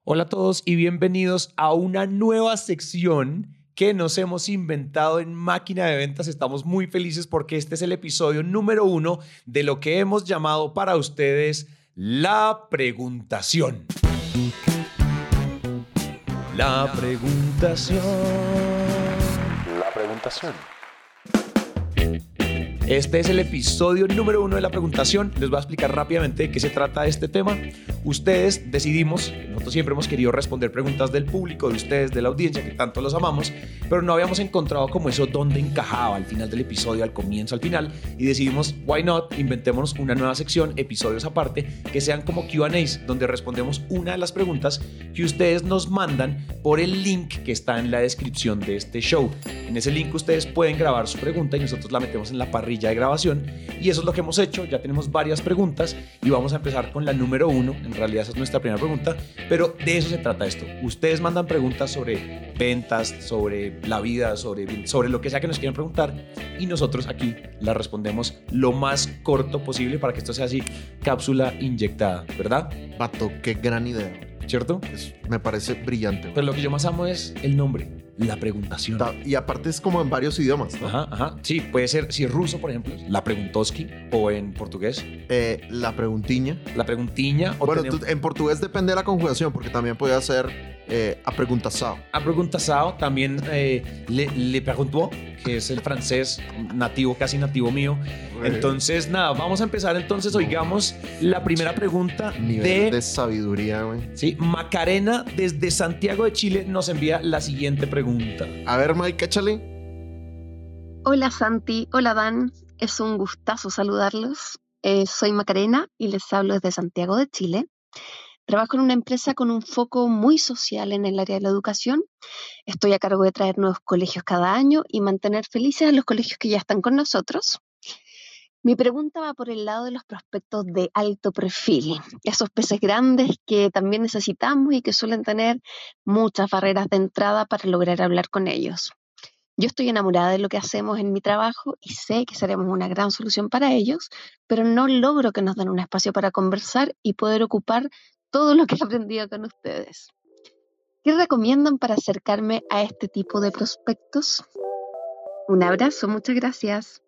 Hola a todos y bienvenidos a una nueva sección que nos hemos inventado en Máquina de Ventas. Estamos muy felices porque este es el episodio número 1 de lo que hemos llamado para ustedes La Preguntación. La Preguntación. La Preguntación. Este es el episodio número 1 de La Preguntación. Les voy a explicar rápidamente de qué se trata este tema. Ustedes decidimos, nosotros siempre hemos querido responder preguntas del público, de ustedes, de la audiencia, que tanto los amamos, pero no habíamos encontrado como eso dónde encajaba al final del episodio, al comienzo, al final, y decidimos, why not, inventémonos una nueva sección, episodios aparte, que sean como Q&As, donde respondemos una de las preguntas que ustedes nos mandan por el link que está en la descripción de este show. En ese link ustedes pueden grabar su pregunta y nosotros la metemos en la parrilla de grabación, y eso es lo que hemos hecho. Ya tenemos varias preguntas y vamos a empezar con la número 1. En realidad esa es nuestra primera pregunta, pero de eso se trata esto. Ustedes mandan preguntas sobre ventas, sobre la vida, sobre lo que sea que nos quieran preguntar, y nosotros aquí las respondemos lo más corto posible para que esto sea así, cápsula inyectada, ¿verdad? Vato, qué gran idea. ¿Cierto? Me parece brillante. Pero lo que yo más amo es el nombre, La Preguntación. Y aparte es como en varios idiomas, ¿no? Ajá. Sí, puede ser, si es ruso, por ejemplo, La Preguntoski, o en portugués, La preguntiña. La Preguntiña. O Bueno, tenemos... en portugués depende de la conjugación, porque también puede ser a preguntasao. A preguntasao, también le preguntó, que es el francés nativo, casi nativo mío. Entonces, nada, vamos a empezar entonces. Oigamos la primera pregunta Nivel de sabiduría, güey. Sí, Macarena desde Santiago de Chile nos envía la siguiente pregunta. A ver, Mike, échale. Hola Santi, hola Dan, es un gustazo saludarlos. Soy Macarena y les hablo desde Santiago de Chile. Trabajo en una empresa con un foco muy social en el área de la educación. Estoy a cargo de traer nuevos colegios cada año y mantener felices a los colegios que ya están con nosotros. Mi pregunta va por el lado de los prospectos de alto perfil, esos peces grandes que también necesitamos y que suelen tener muchas barreras de entrada para lograr hablar con ellos. Yo estoy enamorada de lo que hacemos en mi trabajo y sé que seremos una gran solución para ellos, pero no logro que nos den un espacio para conversar y poder ocupar todo lo que he aprendido con ustedes. ¿Qué recomiendan para acercarme a este tipo de prospectos? Un abrazo, muchas gracias.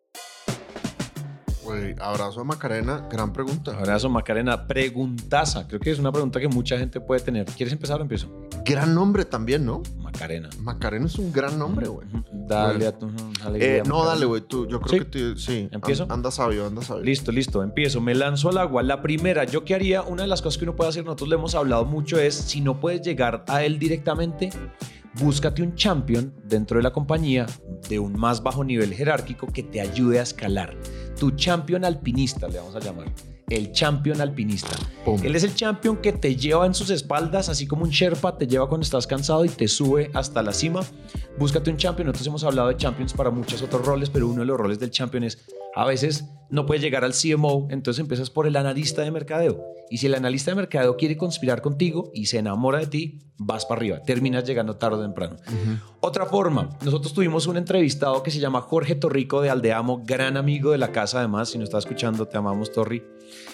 Güey, abrazo a Macarena, gran pregunta. Abrazo, Macarena. Preguntaza. Creo que es una pregunta que mucha gente puede tener. ¿Quieres empezar o empiezo? Gran nombre también, ¿no? Macarena. Macarena es un gran nombre, güey. Dale a tu alegría. No, dale, güey. Yo creo que sí. ¿Empiezo? Anda sabio. Listo. Empiezo. Me lanzo al agua. La primera, yo qué haría, una de las cosas que uno puede hacer, nosotros le hemos hablado mucho, es si no puedes llegar a él directamente, búscate un champion dentro de la compañía de un más bajo nivel jerárquico que te ayude a escalar. Tu champion alpinista, le vamos a llamar. El champion alpinista. Pum. Él es el champion que te lleva en sus espaldas, así como un Sherpa te lleva cuando estás cansado y te sube hasta la cima. Búscate un champion. Nosotros hemos hablado de champions para muchos otros roles, pero uno de los roles del champion es, a veces no puedes llegar al CMO, entonces empiezas por el analista de mercadeo. Y si el analista de mercadeo quiere conspirar contigo y se enamora de ti, vas para arriba, terminas llegando tarde o temprano. Otra forma, nosotros tuvimos un entrevistado que se llama Jorge Torrico de Aldeamo, gran amigo de la casa además, si nos está escuchando, te amamos, Torri.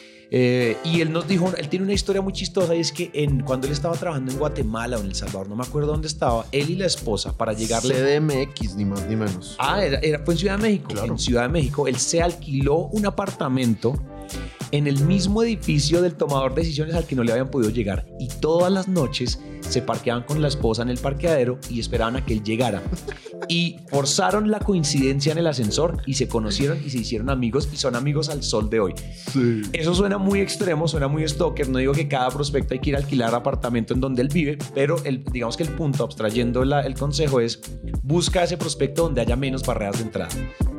Y él nos dijo, él tiene una historia muy chistosa, y es que cuando él estaba trabajando en Guatemala o en El Salvador, no me acuerdo dónde estaba, él y la esposa, para llegarle... CDMX, ni más ni menos. Fue en Ciudad de México. Claro. En Ciudad de México, él se alquiló un apartamento en el mismo edificio del tomador de decisiones al que no le habían podido llegar, y todas las noches se parqueaban con la esposa en el parqueadero y esperaban a que él llegara y forzaron la coincidencia en el ascensor y se conocieron y se hicieron amigos y son amigos al sol de hoy. Sí. Eso suena muy extremo, suena muy stalker. No digo que cada prospecto hay que ir a alquilar apartamento en donde él vive, pero digamos que el punto, abstrayendo el consejo, es busca ese prospecto donde haya menos barreras de entrada.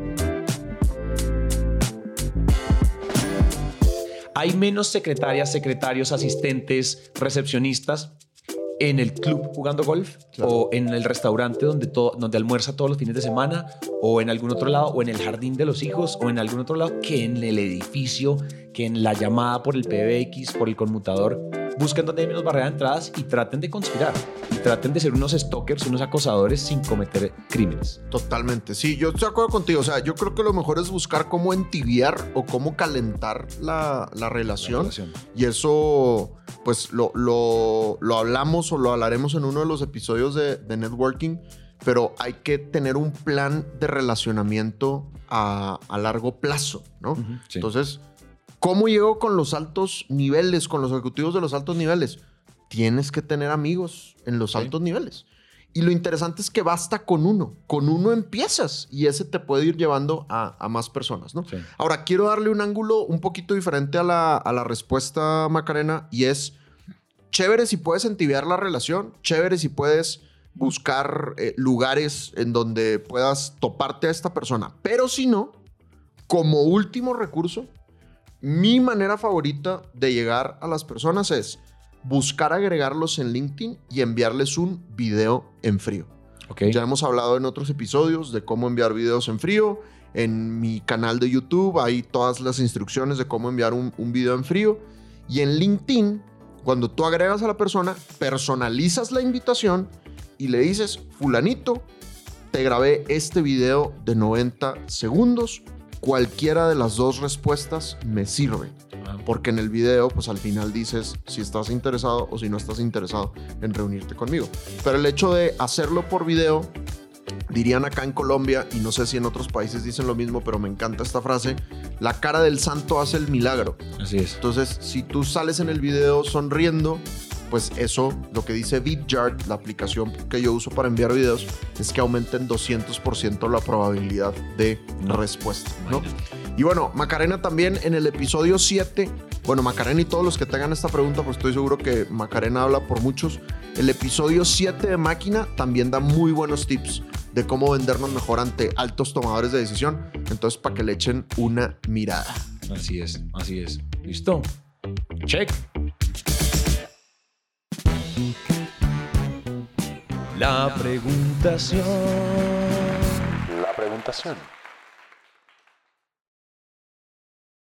Hay menos secretarias, secretarios, asistentes, recepcionistas en el club jugando golf, claro, o en el restaurante donde almuerza todos los fines de semana, o en algún otro lado, o en el jardín de los hijos, o en algún otro lado, que en el edificio, que en la llamada por el PBX, por el conmutador. busquen donde hay menos barrera de entradas y traten de conspirar. Y traten de ser unos stalkers, unos acosadores sin cometer crímenes. Totalmente, sí, yo estoy de acuerdo contigo. O sea, yo creo que lo mejor es buscar cómo entibiar o cómo calentar la relación. Y eso, pues, lo hablamos o lo hablaremos en uno de los episodios de networking. Pero hay que tener un plan de relacionamiento a largo plazo, ¿no? Sí. Entonces, ¿cómo llego con los altos niveles, con los ejecutivos de los altos niveles? Tienes que tener amigos en los altos niveles. Y lo interesante es que basta con uno. Con uno empiezas y ese te puede ir llevando a más personas, ¿no? Sí. Ahora, quiero darle un ángulo un poquito diferente a la respuesta, Macarena, y es chévere si puedes entibiar la relación, chévere si puedes buscar lugares en donde puedas toparte a esta persona. Pero si no, como último recurso, mi manera favorita de llegar a las personas es buscar agregarlos en LinkedIn y enviarles un video en frío. Okay. Ya hemos hablado en otros episodios de cómo enviar videos en frío. En mi canal de YouTube hay todas las instrucciones de cómo enviar un video en frío. Y en LinkedIn, cuando tú agregas a la persona, personalizas la invitación y le dices, fulanito, te grabé este video de 90 segundos. Cualquiera de las dos respuestas me sirve. Porque en el video, pues al final dices si estás interesado o si no estás interesado en reunirte conmigo. Pero el hecho de hacerlo por video, dirían acá en Colombia, y no sé si en otros países dicen lo mismo, pero me encanta esta frase, la cara del santo hace el milagro. Así es. Entonces, si tú sales en el video sonriendo, pues eso, lo que dice Vidyard, la aplicación que yo uso para enviar videos, es que aumenten 200% la probabilidad de respuesta, ¿no? Y bueno, Macarena también en el episodio 7, bueno, Macarena y todos los que tengan esta pregunta, pues estoy seguro que Macarena habla por muchos. El episodio 7 de Máquina también da muy buenos tips de cómo vendernos mejor ante altos tomadores de decisión. Entonces, para que le echen una mirada. Así es, así es. ¿Listo? Check. La preguntación. La preguntación.